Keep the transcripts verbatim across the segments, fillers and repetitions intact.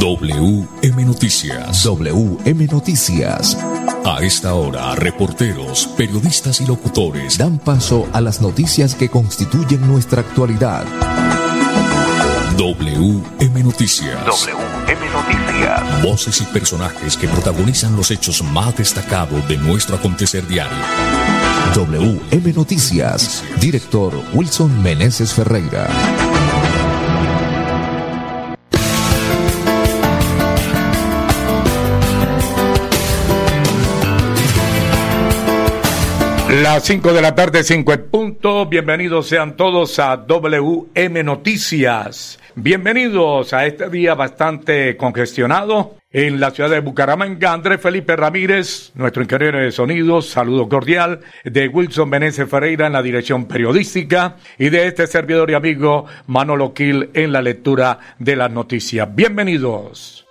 W M Noticias. W M Noticias. A esta hora, reporteros, periodistas y locutores dan paso a las noticias que constituyen nuestra actualidad. W M Noticias. W M Noticias. Voces y personajes que protagonizan los hechos más destacados de nuestro acontecer diario. W M Noticias. Director Wilson Meneses Ferreira. Las cinco de la tarde, cinco en punto. Bienvenidos sean todos a W M Noticias. Bienvenidos a este día bastante congestionado en la ciudad de Bucaramanga. Andrés Felipe Ramírez, nuestro ingeniero de sonidos, saludo cordial de Wilson Meneses Ferreira en la dirección periodística y de este servidor y amigo Manolo Quil en la lectura de las noticias. Bienvenidos.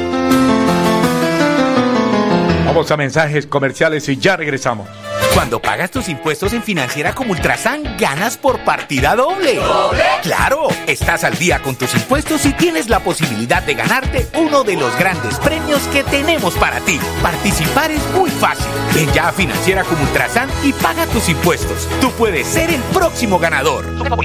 Vamos a mensajes comerciales y ya regresamos. Cuando pagas tus impuestos en Financiera como Ultrasan, ganas por partida doble. ¿Doble? ¡Claro! Estás al día con tus impuestos y tienes la posibilidad de ganarte uno de los grandes premios que tenemos para ti. Participar es muy fácil. Ven ya a Financiera como Ultrasan y paga tus impuestos. Tú puedes ser el próximo ganador.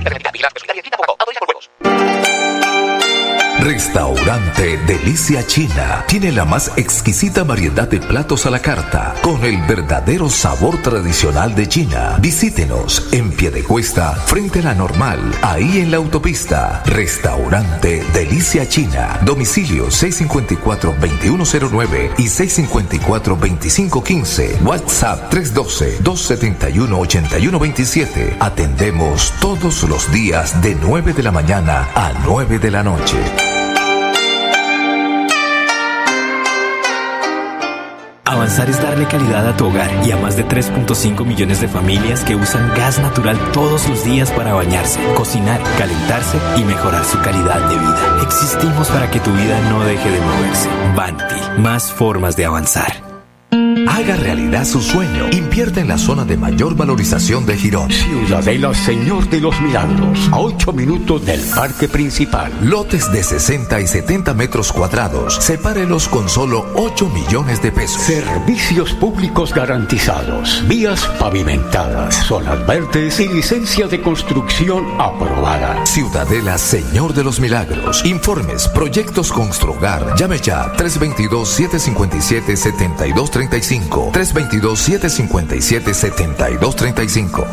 Restaurante Delicia China tiene la más exquisita variedad de platos a la carta, con el verdadero sabor tradicional de China. Visítenos en Piedecuesta, frente a la Normal, ahí en la autopista. Restaurante Delicia China. Domicilio seis cinco cuatro, dos uno cero nueve y seis cinco cuatro, dos cinco uno cinco. WhatsApp tres uno dos, dos siete uno, ocho uno dos siete. Atendemos todos los días de nueve de la mañana a nueve de la noche. Avanzar es darle calidad a tu hogar y a más de tres punto cinco millones de familias que usan gas natural todos los días para bañarse, cocinar, calentarse y mejorar su calidad de vida. Existimos para que tu vida no deje de moverse. Banti, más formas de avanzar. Haga realidad su sueño. Invierte en la zona de mayor valorización de Girón. Ciudadela Señor de los Milagros, a ocho minutos del parque principal. Lotes de sesenta y setenta metros cuadrados. Sepárelos con solo ocho millones de pesos. Servicios públicos garantizados. Vías pavimentadas, zonas verdes y licencia de construcción aprobada. Ciudadela Señor de los Milagros. Informes, proyectos Construgar. Llame ya tres dos dos, siete cinco siete, siete dos tres cinco. tres dos dos, siete cinco siete, siete dos tres cinco.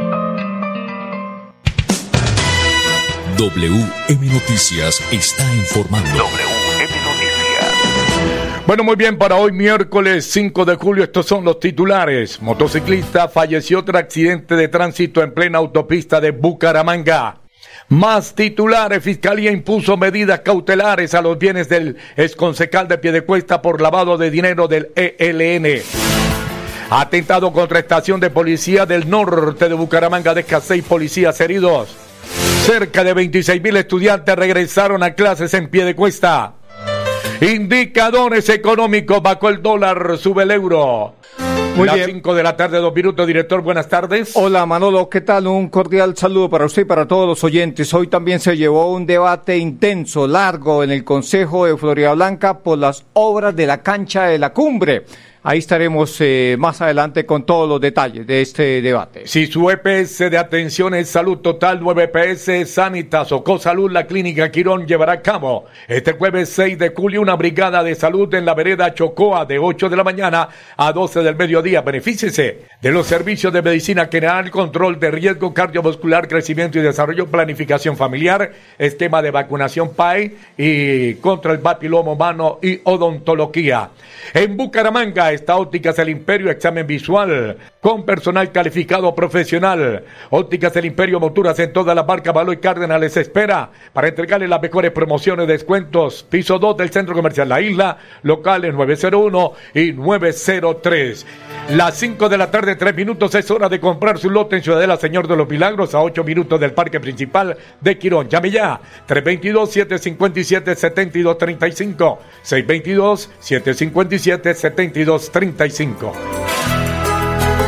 W M Noticias está informando. W M Noticias. Bueno, muy bien, para hoy miércoles cinco de julio estos son los titulares. Motociclista falleció tras accidente de tránsito en plena autopista de Bucaramanga. Más titulares, Fiscalía impuso medidas cautelares a los bienes del exconcejal de Piedecuesta por lavado de dinero del E L N. Atentado contra estación de policía del norte de Bucaramanga, deja seis policías heridos. Cerca de veintiséis mil estudiantes regresaron a clases en Piedecuesta. Indicadores económicos, bajó el dólar, sube el euro. Muy Las bien. cinco de la tarde, dos minutos, director, buenas tardes. Hola Manolo, ¿qué tal? Un cordial saludo para usted y para todos los oyentes. Hoy también se llevó un debate intenso, largo, en el Consejo de Floridablanca por las obras de la cancha de la Cumbre. Ahí estaremos eh, más adelante con todos los detalles de este debate. Si su E P S de atención es Salud Total, nueve E P S Sanitas o Cosalud, la Clínica Quirón llevará a cabo este jueves seis de julio una brigada de salud en la vereda Chocoa de ocho de la mañana a doce del mediodía. Benefíciese de los servicios de medicina general, control de riesgo cardiovascular, crecimiento y desarrollo, planificación familiar, esquema de vacunación P A I y contra el papiloma humano y odontología. En Bucaramanga está Ópticas El Imperio, examen visual con personal calificado profesional. Ópticas El Imperio, monturas en todas las marcas, Baloy Cárdenas les espera para entregarles las mejores promociones, descuentos. Piso dos del Centro Comercial La Isla, locales nueve cero uno y nueve cero tres. Las cinco de la tarde, tres minutos, es hora de comprar su lote en Ciudadela Señor de los Milagros, a ocho minutos del parque principal de Quirón. Llame ya, tres dos dos, siete cinco siete, siete dos tres cinco, seis dos dos, siete cinco siete, siete dos tres cinco.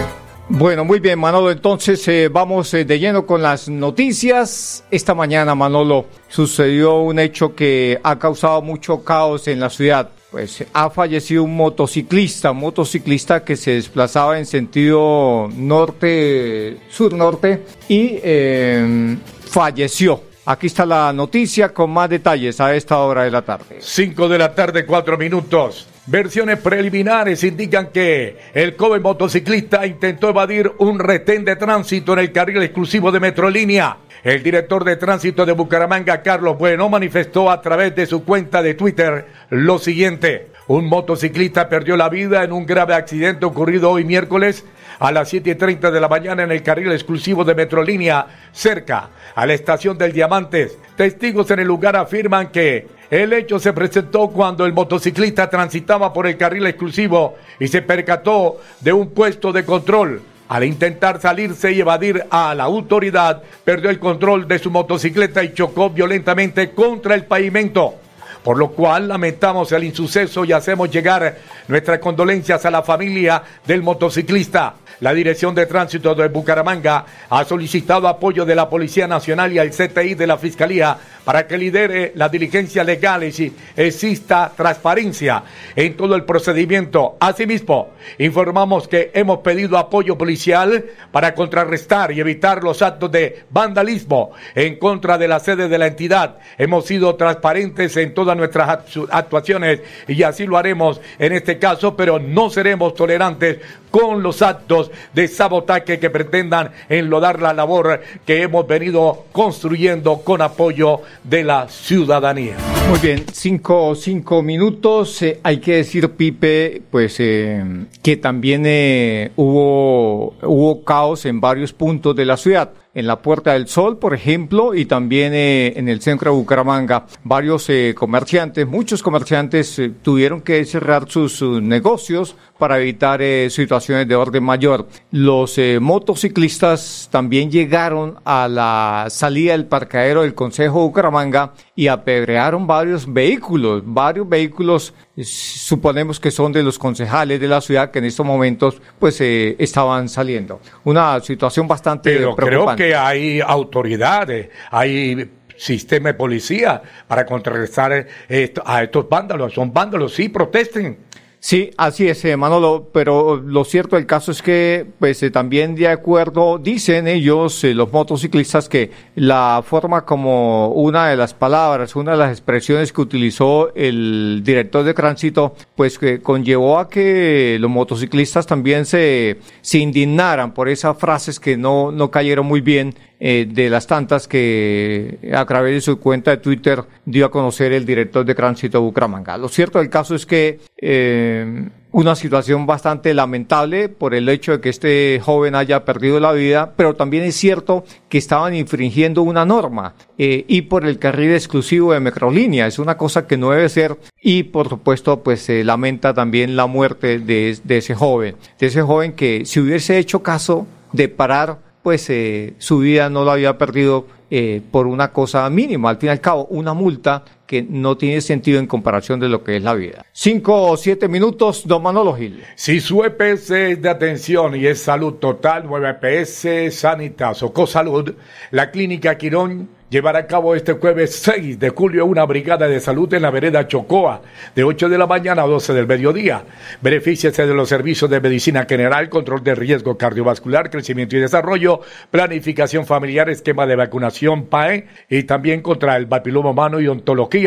Bueno, muy bien, Manolo. Entonces eh, vamos eh, de lleno con las noticias. Esta mañana, Manolo, sucedió un hecho que ha causado mucho caos en la ciudad. Pues ha fallecido un motociclista, un motociclista que se desplazaba en sentido norte, sur-norte y eh, falleció. Aquí está la noticia con más detalles a esta hora de la tarde. Cinco de la tarde, cuatro minutos. Versiones preliminares indican que el joven motociclista intentó evadir un retén de tránsito en el carril exclusivo de Metrolínea. El director de tránsito de Bucaramanga, Carlos Bueno, manifestó a través de su cuenta de Twitter lo siguiente. Un motociclista perdió la vida en un grave accidente ocurrido hoy miércoles a las siete y treinta de la mañana en el carril exclusivo de Metrolínea, cerca a la estación del Diamantes. Testigos en el lugar afirman que el hecho se presentó cuando el motociclista transitaba por el carril exclusivo y se percató de un puesto de control. Al intentar salirse y evadir a la autoridad, perdió el control de su motocicleta y chocó violentamente contra el pavimento. Por lo cual lamentamos el insuceso y hacemos llegar nuestras condolencias a la familia del motociclista. La Dirección de Tránsito de Bucaramanga ha solicitado apoyo de la Policía Nacional y al C T I de la Fiscalía para que lidere las diligencias legales y exista transparencia en todo el procedimiento. Asimismo, informamos que hemos pedido apoyo policial para contrarrestar y evitar los actos de vandalismo en contra de la sede de la entidad. Hemos sido transparentes en todas nuestras actuaciones y así lo haremos en este caso, pero no seremos tolerantes con los actos de sabotaje que pretendan enlodar la labor que hemos venido construyendo con apoyo de la ciudadanía. Muy bien, cinco, cinco minutos. Eh, hay que decir, Pipe, pues eh, que también eh, hubo, hubo caos en varios puntos de la ciudad. En la Puerta del Sol, por ejemplo, y también eh, en el centro de Bucaramanga, varios eh, comerciantes, muchos comerciantes eh, tuvieron que cerrar sus, sus negocios para evitar eh, situaciones de orden mayor. Los eh, motociclistas también llegaron a la salida del parqueadero del Concejo de Bucaramanga y apedrearon varios vehículos, varios vehículos, eh, suponemos que son de los concejales de la ciudad que en estos momentos pues eh, estaban saliendo. Una situación bastante Pero preocupante. Creo que hay autoridades, hay sistema de policía para contrarrestar esto, a estos vándalos. Son vándalos, sí, protesten. Sí, así es, eh, Manolo, pero lo cierto del caso es que, pues, eh, también de acuerdo, dicen ellos, eh, los motociclistas, que la forma como una de las palabras, una de las expresiones que utilizó el director de tránsito, pues, que conllevó a que los motociclistas también se, se indignaran por esas frases que no, no cayeron muy bien, eh, de las tantas que a través de su cuenta de Twitter dio a conocer el director de tránsito de Bucaramanga. Lo cierto del caso es que, eh, una situación bastante lamentable por el hecho de que este joven haya perdido la vida, pero también es cierto que estaban infringiendo una norma eh, y por el carril exclusivo de Metrolínea. Es una cosa que no debe ser y por supuesto pues se lamenta también la muerte de, de ese joven, de ese joven que si hubiese hecho caso de parar, pues eh, su vida no la había perdido eh, por una cosa mínima, al fin y al cabo una multa que no tiene sentido en comparación de lo que es la vida. Cinco o siete minutos, don Manolo Gil. Si su E P S es de atención y es salud total, nueve E P S, Sanitas o Cosalud, la Clínica Quirón llevará a cabo este jueves seis de julio una brigada de salud en la vereda Chocoa, de ocho de la mañana a doce del mediodía. Benefíciese de los servicios de medicina general, control de riesgo cardiovascular, crecimiento y desarrollo, planificación familiar, esquema de vacunación P A E y también contra el papiloma humano y ontología.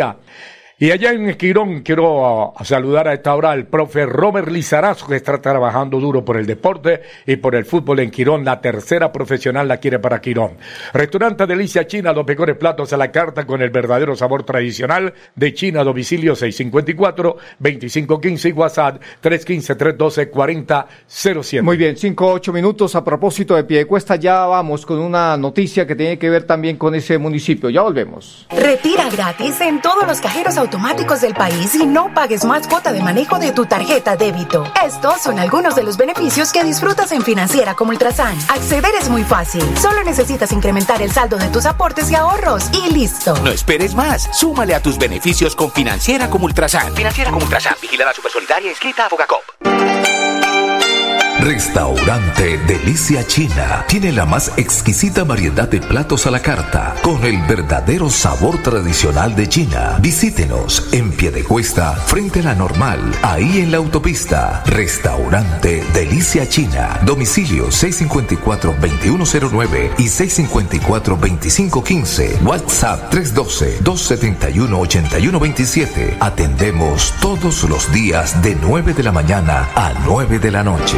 Y allá en Quirón quiero uh, saludar a esta hora al profe Robert Lizarazo, que está trabajando duro por el deporte y por el fútbol en Quirón. La tercera profesional la quiere para Quirón. Restaurante Delicia China, los mejores platos a la carta con el verdadero sabor tradicional de China. Domicilio seis cinco cuatro, dos cinco uno cinco y WhatsApp tres uno cinco, tres uno dos, cuatro cero cero siete. Muy bien, cinco o ocho minutos. A propósito de Piedecuesta, ya vamos con una noticia que tiene que ver también con ese municipio. Ya volvemos. Retira gratis en todos los cajeros automáticos del país y no pagues más cuota de manejo de tu tarjeta débito. Estos son algunos de los beneficios que disfrutas en Financiera como Ultrasan. Acceder es muy fácil. Solo necesitas incrementar el saldo de tus aportes y ahorros y listo. No esperes más. Súmale a tus beneficios con Financiera como Ultrasan. Financiera como Ultrasan. Vigilada Supersolidaria, inscrita a Fogacop. Restaurante Delicia China tiene la más exquisita variedad de platos a la carta, con el verdadero sabor tradicional de China. Visítenos en Piedecuesta, frente a la Normal, ahí en la autopista. Restaurante Delicia China. Domicilio seis cinco cuatro, dos uno cero nueve y seis cinco cuatro, dos cinco uno cinco. WhatsApp tres uno dos, dos siete uno, ocho uno dos siete. Atendemos todos los días de nueve de la mañana a nueve de la noche.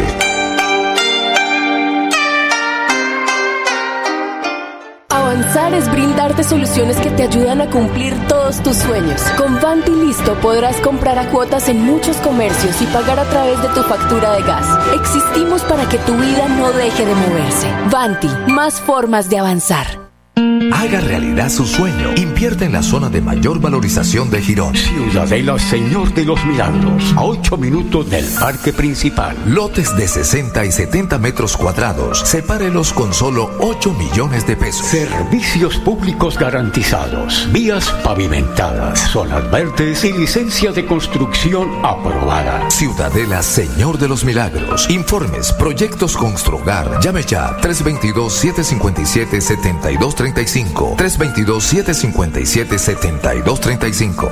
Avanzar es brindarte soluciones que te ayudan a cumplir todos tus sueños. Con Vanti Listo podrás comprar a cuotas en muchos comercios y pagar a través de tu factura de gas. Existimos para que tu vida no deje de moverse. Vanti, más formas de avanzar. Haga realidad su sueño. Invierte en la zona de mayor valorización de Girón. Ciudadela Señor de los Milagros, a ocho minutos del parque principal. Lotes de sesenta y setenta metros cuadrados. Sepárelos con solo ocho millones de pesos. Servicios públicos garantizados. Vías pavimentadas, zonas verdes y licencia de construcción aprobada. Ciudadela Señor de los Milagros. Informes, proyectos Construgar. Llame ya tres dos dos, siete cinco siete, siete dos tres cinco. tres dos dos, siete cinco siete, siete dos tres cinco.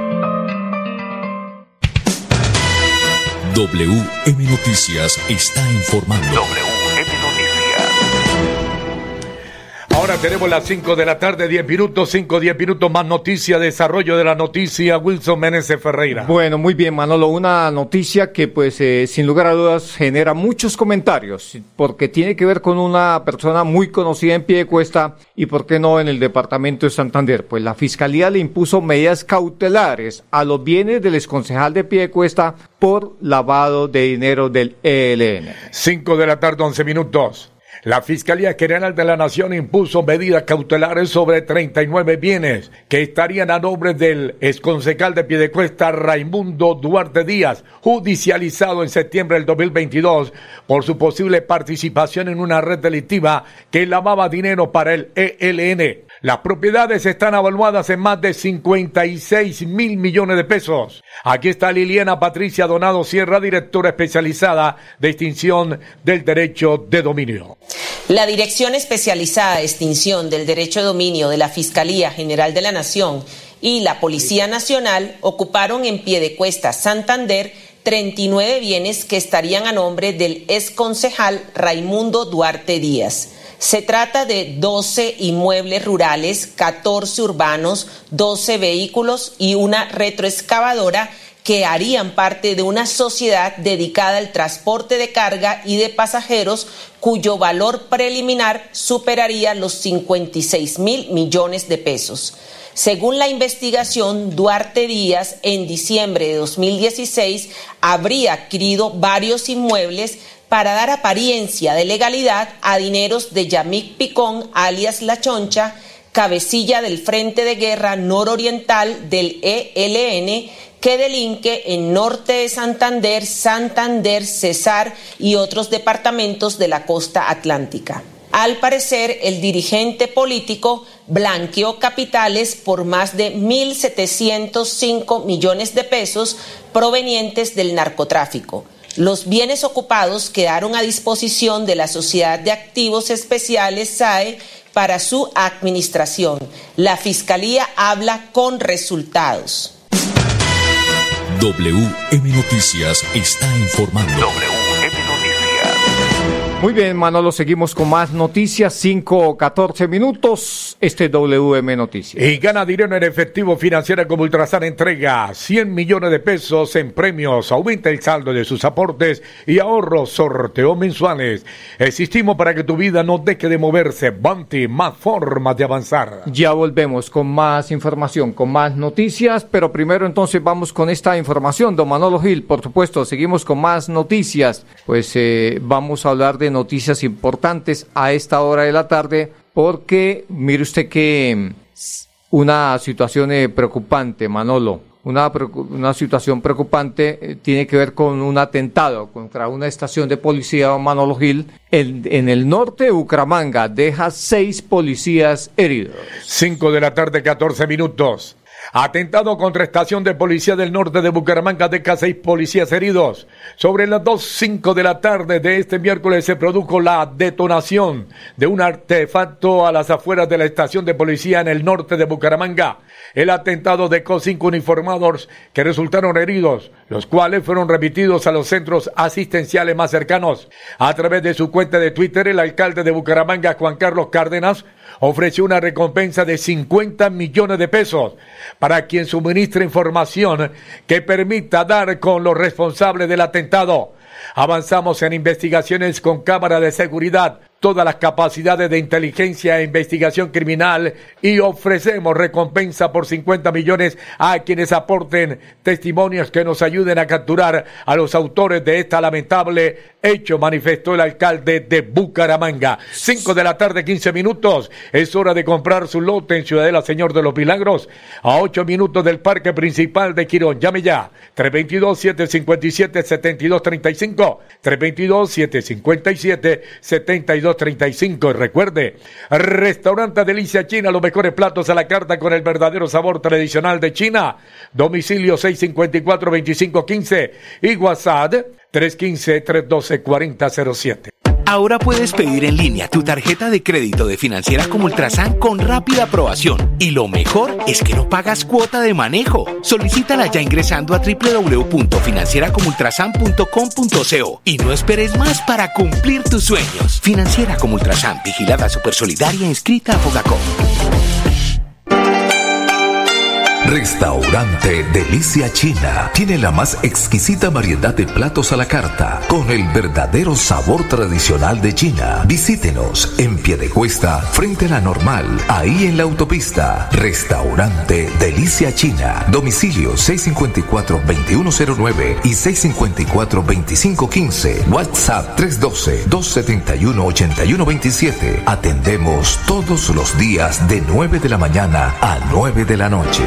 W M Noticias está informando. W M Noticias. Ahora tenemos las cinco de la tarde, diez minutos, cinco, diez minutos más noticia, desarrollo de la noticia, Wilson Meneses Ferreira. Bueno, muy bien, Manolo, una noticia que pues eh, sin lugar a dudas genera muchos comentarios, porque tiene que ver con una persona muy conocida en Piedecuesta y por qué no en el departamento de Santander. Pues la Fiscalía le impuso medidas cautelares a los bienes del exconcejal de Piedecuesta por lavado de dinero del E L N. cinco de la tarde, once minutos. La Fiscalía General de la Nación impuso medidas cautelares sobre treinta y nueve bienes que estarían a nombre del exconcejal de Piedecuesta, Raimundo Duarte Díaz, judicializado en septiembre del dos mil veintidós por su posible participación en una red delictiva que lavaba dinero para el E L N. Las propiedades están evaluadas en más de cincuenta y seis mil millones de pesos. Aquí está Liliana Patricia Donado Sierra, directora especializada de extinción del derecho de dominio. La Dirección Especializada de Extinción del Derecho de Dominio de la Fiscalía General de la Nación y la Policía Nacional ocuparon en Piedecuesta, Santander, treinta y nueve bienes que estarían a nombre del exconcejal Raimundo Duarte Díaz. Se trata de doce inmuebles rurales, catorce urbanos, doce vehículos y una retroexcavadora que harían parte de una sociedad dedicada al transporte de carga y de pasajeros cuyo valor preliminar superaría los cincuenta y seis mil millones de pesos. Según la investigación, Duarte Díaz en diciembre de dos mil dieciséis habría adquirido varios inmuebles para dar apariencia de legalidad a dineros de Yamik Picón, alias La Choncha, cabecilla del Frente de Guerra Nororiental del E L N, que delinque en norte de Santander, Santander, Cesar y otros departamentos de la costa atlántica. Al parecer, el dirigente político blanqueó capitales por más de mil setecientos cinco millones de pesos provenientes del narcotráfico. Los bienes ocupados quedaron a disposición de la Sociedad de Activos Especiales S A E para su administración. La Fiscalía habla con resultados. W M Noticias está informando. W M Noticias. Muy bien, Manolo, seguimos con más noticias, cinco, catorce minutos, este W M Noticias. Y gana dinero en efectivo. Financiera como Ultrasan entrega cien millones de pesos en premios, aumenta el saldo de sus aportes y ahorros, sorteos mensuales. Existimos para que tu vida no deje de moverse. Vanti, más formas de avanzar. Ya volvemos con más información, con más noticias, pero primero entonces vamos con esta información, don Manolo Gil, por supuesto, seguimos con más noticias, pues eh, vamos a hablar de noticias importantes a esta hora de la tarde, porque mire usted que una situación eh, preocupante, Manolo, una, una situación preocupante eh, tiene que ver con un atentado contra una estación de policía, Manolo Gil, en, en el norte de Bucaramanga, deja seis policías heridos. Cinco de la tarde, catorce minutos. Atentado contra estación de policía del norte de Bucaramanga, deja seis policías heridos. Sobre las dos cinco de la tarde de este miércoles se produjo la detonación de un artefacto a las afueras de la estación de policía en el norte de Bucaramanga. El atentado dejó cinco uniformados que resultaron heridos, los cuales fueron remitidos a los centros asistenciales más cercanos. A través de su cuenta de Twitter, el alcalde de Bucaramanga, Juan Carlos Cárdenas, ofreció una recompensa de cincuenta millones de pesos para quien suministre información que permita dar con los responsables del atentado. Avanzamos en investigaciones con cámara de seguridad, todas las capacidades de inteligencia e investigación criminal y ofrecemos recompensa por cincuenta millones a quienes aporten testimonios que nos ayuden a capturar a los autores de esta lamentable hecho, manifestó el alcalde de Bucaramanga. cinco de la tarde, quince minutos. Es hora de comprar su lote en Ciudadela Señor de los Milagros, a ocho minutos del parque principal de Quirón. Llame ya, tres dos dos, siete cinco siete, siete dos tres cinco, tres dos dos, siete cinco siete, siete dos treinta y cinco. Y recuerde, Restaurante Delicia China, los mejores platos a la carta con el verdadero sabor tradicional de China. Domicilio seis cinco cuatro, dos cinco uno cinco y WhatsApp tres uno cinco, tres uno dos, cuatro cero cero siete. Ahora puedes pedir en línea tu tarjeta de crédito de Financiera como Ultrasan con rápida aprobación. Y lo mejor es que no pagas cuota de manejo. Solicítala ya ingresando a doble u doble u doble u punto financiera como ultrasan punto com punto co y no esperes más para cumplir tus sueños. Financiera como Ultrasan, vigilada Supersolidaria, inscrita a Fogacop. Restaurante Delicia China tiene la más exquisita variedad de platos a la carta con el verdadero sabor tradicional de China. Visítenos en Piedecuesta, frente a la Normal, ahí en la autopista. Restaurante Delicia China. Domicilio seis cinco cuatro, dos uno cero nueve y seis cinco cuatro, dos cinco uno cinco. WhatsApp tres uno dos, dos siete uno, ocho uno dos siete. Atendemos todos los días de nueve de la mañana a nueve de la noche.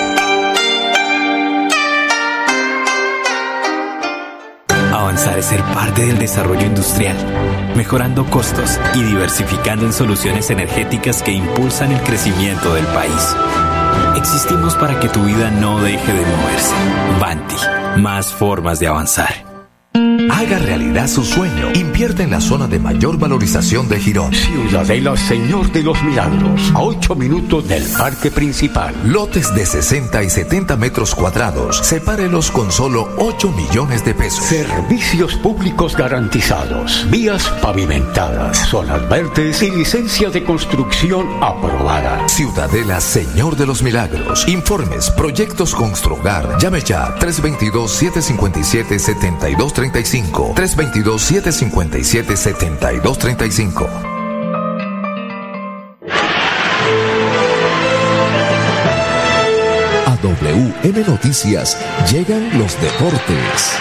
Avanzar es ser parte del desarrollo industrial, mejorando costos y diversificando en soluciones energéticas que impulsan el crecimiento del país. Existimos para que tu vida no deje de moverse. Vanti, más formas de avanzar. Haga realidad su sueño. Invierte en la zona de mayor valorización de Girón. Ciudadela Señor de los Milagros, a ocho minutos del parque principal. Lotes de sesenta y setenta metros cuadrados. Sepárelos con solo ocho millones de pesos. Servicios públicos garantizados. Vías pavimentadas, zonas verdes y licencia de construcción aprobada. Ciudadela Señor de los Milagros. Informes, proyectos Construgar. Llame ya, tres dos dos, siete cinco siete, siete dos tres cinco. tres dos dos, siete cinco siete, siete dos tres cinco. A W M Noticias llegan los deportes.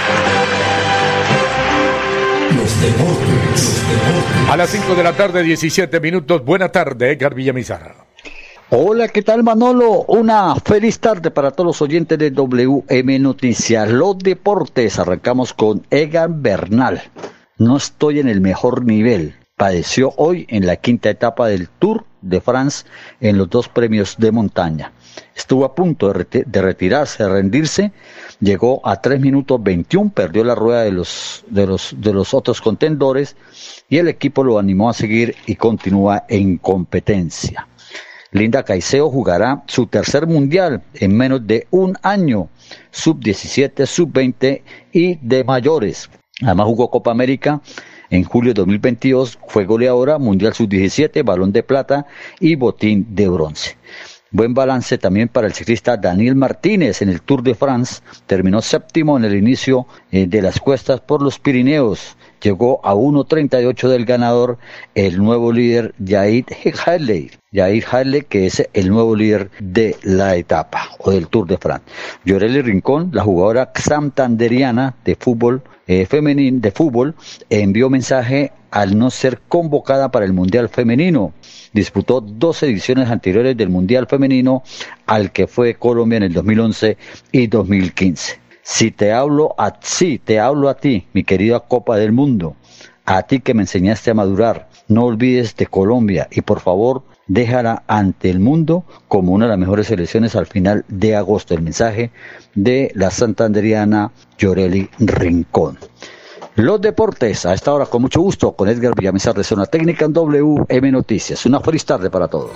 Los deportes. Los deportes. A las cinco de la tarde, diecisiete minutos. Buena tarde, Edgar Villamizar. Hola, ¿qué tal, Manolo? Una feliz tarde para todos los oyentes de W M Noticias. Los deportes, arrancamos con Egan Bernal. No estoy en el mejor nivel. Padeció hoy en la quinta etapa del Tour de France en los dos premios de montaña. Estuvo a punto de, reti- de retirarse, de rendirse. Llegó a tres minutos veintiuno, perdió la rueda de los, de los, de los otros contendores y el equipo lo animó a seguir y continúa en competencia. Linda Caicedo jugará su tercer mundial en menos de un año, sub diecisiete, sub veinte y de mayores. Además jugó Copa América en julio de dos mil veintidós, fue goleadora, mundial sub diecisiete, balón de plata y botín de bronce. Buen balance también para el ciclista Daniel Martínez en el Tour de France, terminó séptimo en el inicio eh, de las cuestas por los Pirineos. Llegó a uno treinta y ocho del ganador, el nuevo líder Yair Hadley. Yair Hadley, que es el nuevo líder de la etapa o del Tour de France. Yoreli Rincón, la jugadora santanderiana de fútbol eh, femenino de fútbol, envió mensaje al no ser convocada para el Mundial Femenino. Disputó dos ediciones anteriores del Mundial Femenino, al que fue Colombia en el dos mil once y dos mil quince. Si te hablo a sí, te hablo a ti, mi querida Copa del Mundo, a ti que me enseñaste a madurar. No olvides de Colombia y por favor déjala ante el mundo como una de las mejores selecciones al final de agosto. El mensaje de la santanderiana Yoreli Rincón. Los deportes, a esta hora con mucho gusto, con Edgar Villamizar de Zona Técnica en W M Noticias. Una feliz tarde para todos.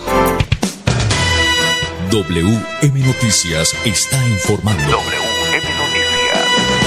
W M Noticias está informando. W M Noticias.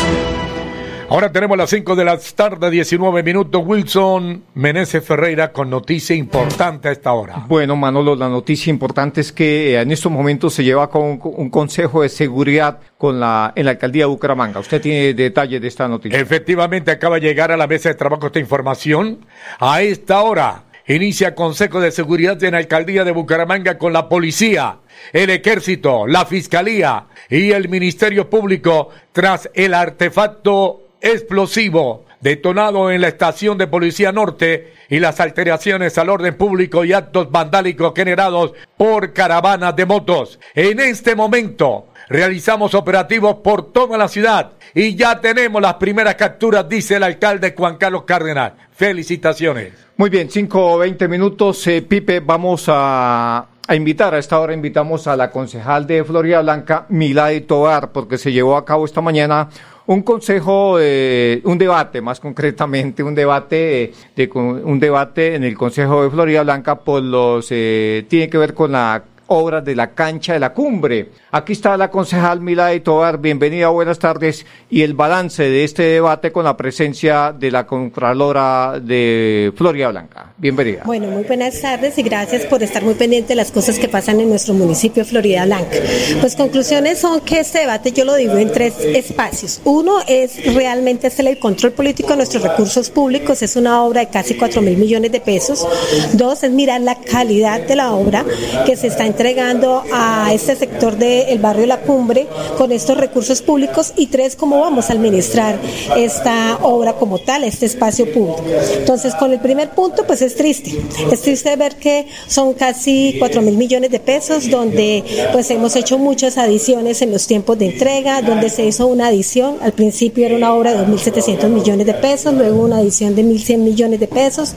Ahora tenemos las cinco de la tarde, diecinueve minutos. Wilson Meneses Ferreira con noticia importante a esta hora. Bueno, Manolo, la noticia importante es que en estos momentos se lleva con un consejo de seguridad con la en la alcaldía de Bucaramanga. Usted tiene detalles de esta noticia. Efectivamente, acaba de llegar a la mesa de trabajo esta información. A esta hora inicia consejo de seguridad en la alcaldía de Bucaramanga con la policía, el ejército, la fiscalía y el Ministerio Público tras el artefacto explosivo detonado en la estación de Policía Norte y las alteraciones al orden público y actos vandálicos generados por caravanas de motos. En este momento realizamos operativos por toda la ciudad y ya tenemos las primeras capturas, dice el alcalde Juan Carlos Cárdenas. Felicitaciones. Muy bien, cinco o veinte minutos. Eh, Pipe, vamos a... A invitar, a esta hora invitamos a la concejal de Florida Blanca, Milady Tovar, porque se llevó a cabo esta mañana un consejo, eh, un debate, más concretamente, un debate, eh, de, un debate en el Consejo de Florida Blanca por los, eh, tiene que ver con la obras de la cancha de la Cumbre. Aquí está la concejal Milady Tovar, bienvenida, buenas tardes, y el balance de este debate con la presencia de la Contralora de Florida Blanca. Bienvenida. Bueno, muy buenas tardes y gracias por estar muy pendiente de las cosas que pasan en nuestro municipio de Florida Blanca. Pues conclusiones son que este debate yo lo divido en tres espacios. Uno es realmente hacer el control político de nuestros recursos públicos, es una obra de casi cuatro mil millones de pesos. Dos es mirar la calidad de la obra que se está entregando a este sector del barrio La Cumbre con estos recursos públicos, y tres, cómo vamos a administrar esta obra como tal, este espacio público. Entonces, con el primer punto, pues es triste, es triste ver que son casi cuatro mil millones de pesos, donde pues hemos hecho muchas adiciones en los tiempos de entrega, donde se hizo una adición, al principio era una obra de dos mil setecientos millones de pesos, luego una adición de mil cien millones de pesos,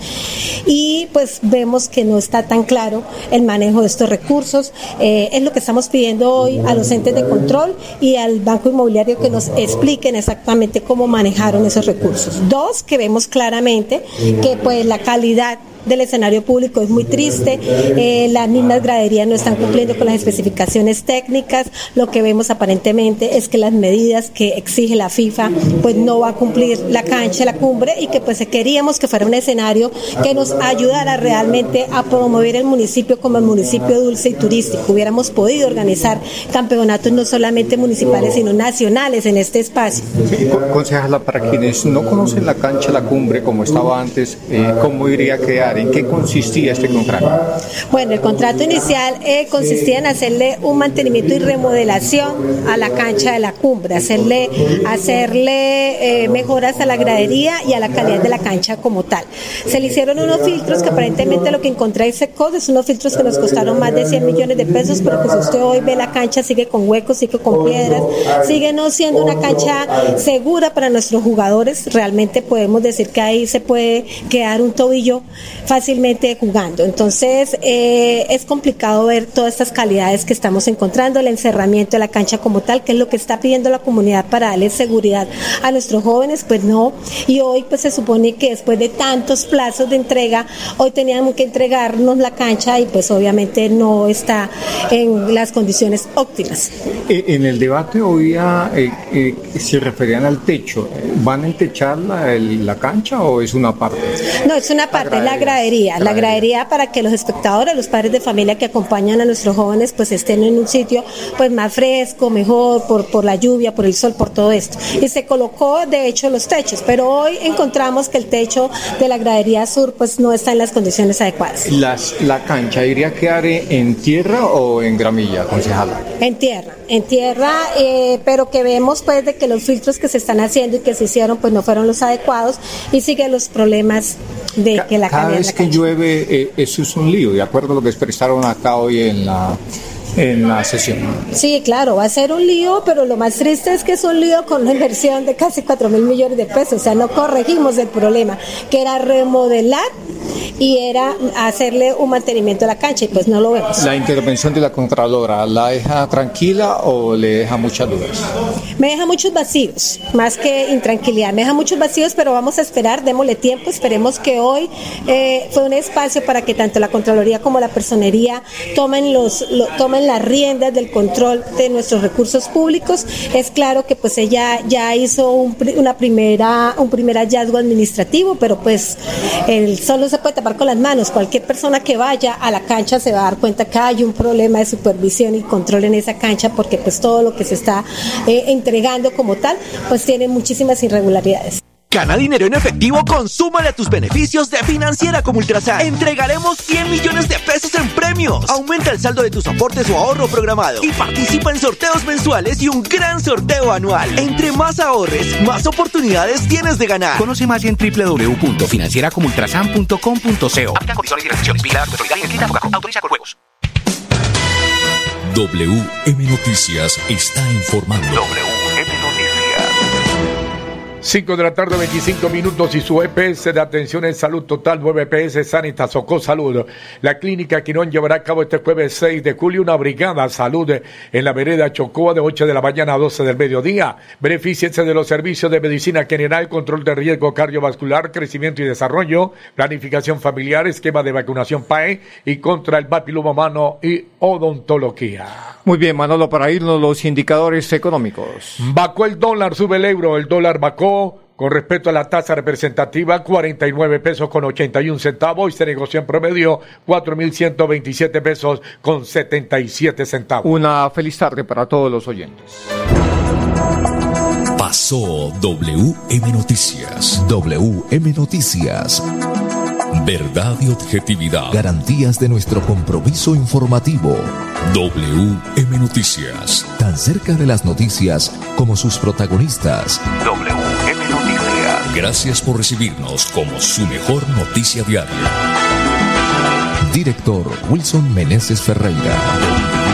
y pues vemos que no está tan claro el manejo de estos recursos. Eh, es lo que estamos pidiendo hoy a los entes de control y al Banco Inmobiliario, que nos expliquen exactamente cómo manejaron esos recursos. Dos, que vemos claramente que pues la calidad del escenario público es muy triste, eh, las mismas graderías no están cumpliendo con las especificaciones técnicas, lo que vemos aparentemente es que las medidas que exige la FIFA pues no va a cumplir la cancha, la Cumbre, y que pues queríamos que fuera un escenario que nos ayudara realmente a promover el municipio como el municipio dulce y turístico. Hubiéramos podido organizar campeonatos no solamente municipales sino nacionales en este espacio. Sí, concejala, para quienes no conocen la cancha, la Cumbre como estaba antes, eh, ¿cómo iría a quedar? ¿En qué consistía este contrato? Bueno, el contrato inicial eh, consistía en hacerle un mantenimiento y remodelación a la cancha de la Cumbre, hacerle, hacerle eh, mejoras a la gradería y a la calidad de la cancha como tal. Se le hicieron unos filtros que aparentemente lo que encontré ese costo es unos filtros que nos costaron más de cien millones de pesos, pero que si usted hoy ve la cancha sigue con huecos, sigue con piedras, sigue no siendo una cancha segura para nuestros jugadores. Realmente podemos decir que ahí se puede quedar un tobillo fácilmente jugando. Entonces eh, es complicado ver todas estas calidades que estamos encontrando, el encerramiento de la cancha como tal, que es lo que está pidiendo la comunidad para darle seguridad a nuestros jóvenes, pues no, y hoy pues se supone que después de tantos plazos de entrega, hoy teníamos que entregarnos la cancha y pues obviamente no está en las condiciones óptimas. En el debate hoy eh, eh, se referían al techo, ¿van a entechar la, el, la cancha o es una parte? No, es una parte, la gradería. Gradería, la gradería para que los espectadores, los padres de familia que acompañan a nuestros jóvenes pues estén en un sitio pues más fresco, mejor, por, por la lluvia, por el sol, por todo esto. Y se colocó de hecho los techos, pero hoy encontramos que el techo de la gradería sur pues no está en las condiciones adecuadas. Las, ¿La cancha iría a quedar en tierra o en gramilla, concejala? En tierra, en tierra, eh, pero que vemos pues de que los filtros que se están haciendo y que se hicieron pues no fueron los adecuados y siguen los problemas de que la cada vez que llueve eh, eso es un lío, de acuerdo a lo que expresaron acá hoy en la en la sesión. Sí, claro, va a ser un lío, pero lo más triste es que es un lío con una inversión de casi cuatro mil millones de pesos, o sea, no corregimos el problema, que era remodelar y era hacerle un mantenimiento a la cancha y pues no lo vemos. La intervención de la Contralora, ¿la deja tranquila o le deja muchas dudas? Me deja muchos vacíos, más que intranquilidad, me deja muchos vacíos, pero vamos a esperar, démosle tiempo, esperemos que hoy eh, fue un espacio para que tanto la Contraloría como la Personería tomen, los, lo, tomen las riendas del control de nuestros recursos públicos. Es claro que pues ella ya hizo un, una primera, un primer hallazgo administrativo, pero pues el sol no se puede tapar con las manos. Cualquier persona que vaya a la cancha se va a dar cuenta que hay un problema de supervisión y control en esa cancha, porque pues todo lo que se está eh, entregando como tal, pues tiene muchísimas irregularidades. Gana dinero en efectivo, consúmale a tus beneficios de Financiera como Ultrasan. Entregaremos cien millones de pesos en premios. Aumenta el saldo de tus aportes o ahorro programado y participa en sorteos mensuales y un gran sorteo anual. Entre más ahorres, más oportunidades tienes de ganar. Conoce más en doble u doble u doble u punto financiera como ultrasan punto com punto co. Aplican condiciones y restricciones. Vigilado por Solidaridad y Quinta Autoriza con juegos. W M Noticias está informando. W M Noticias. cinco de la tarde, veinticinco minutos, y su E P S de atención en salud total, nueve E P S Sanitas Socó Salud. La clínica Quirón llevará a cabo este jueves seis de julio una brigada salud en la vereda Chocoa de ocho de la mañana a doce del mediodía. Benefíciese de los servicios de medicina general, control de riesgo cardiovascular, crecimiento y desarrollo, planificación familiar, esquema de vacunación P A E y contra el papiloma humano y odontología. Muy bien, Manolo, para irnos los indicadores económicos. Bajó el dólar, sube el euro, el dólar bajó con respecto a la tasa representativa, cuarenta y nueve pesos con ochenta y un centavos, y se negoció en promedio cuatro mil ciento veintisiete pesos con setenta y siete centavos. Una feliz tarde para todos los oyentes. Pasó W M Noticias. W M Noticias. Verdad y objetividad. Garantías de nuestro compromiso informativo. W M Noticias. Tan cerca de las noticias como sus protagonistas. W M Noticias. Gracias por recibirnos como su mejor noticia diaria. Director Wilson Meneses Ferreira.